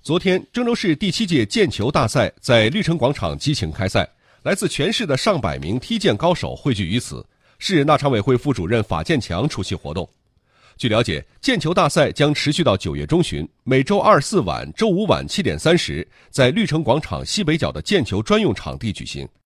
昨天，郑州市第7届毽球大赛在绿城广场激情开赛，来自全市的上百名踢毽高手汇聚于此。市纳常委会副主任法建强出席活动。据了解，毽球大赛将持续到9月中旬，每周2、4晚、周5晚7点30，在绿城广场西北角的毽球专用场地举行。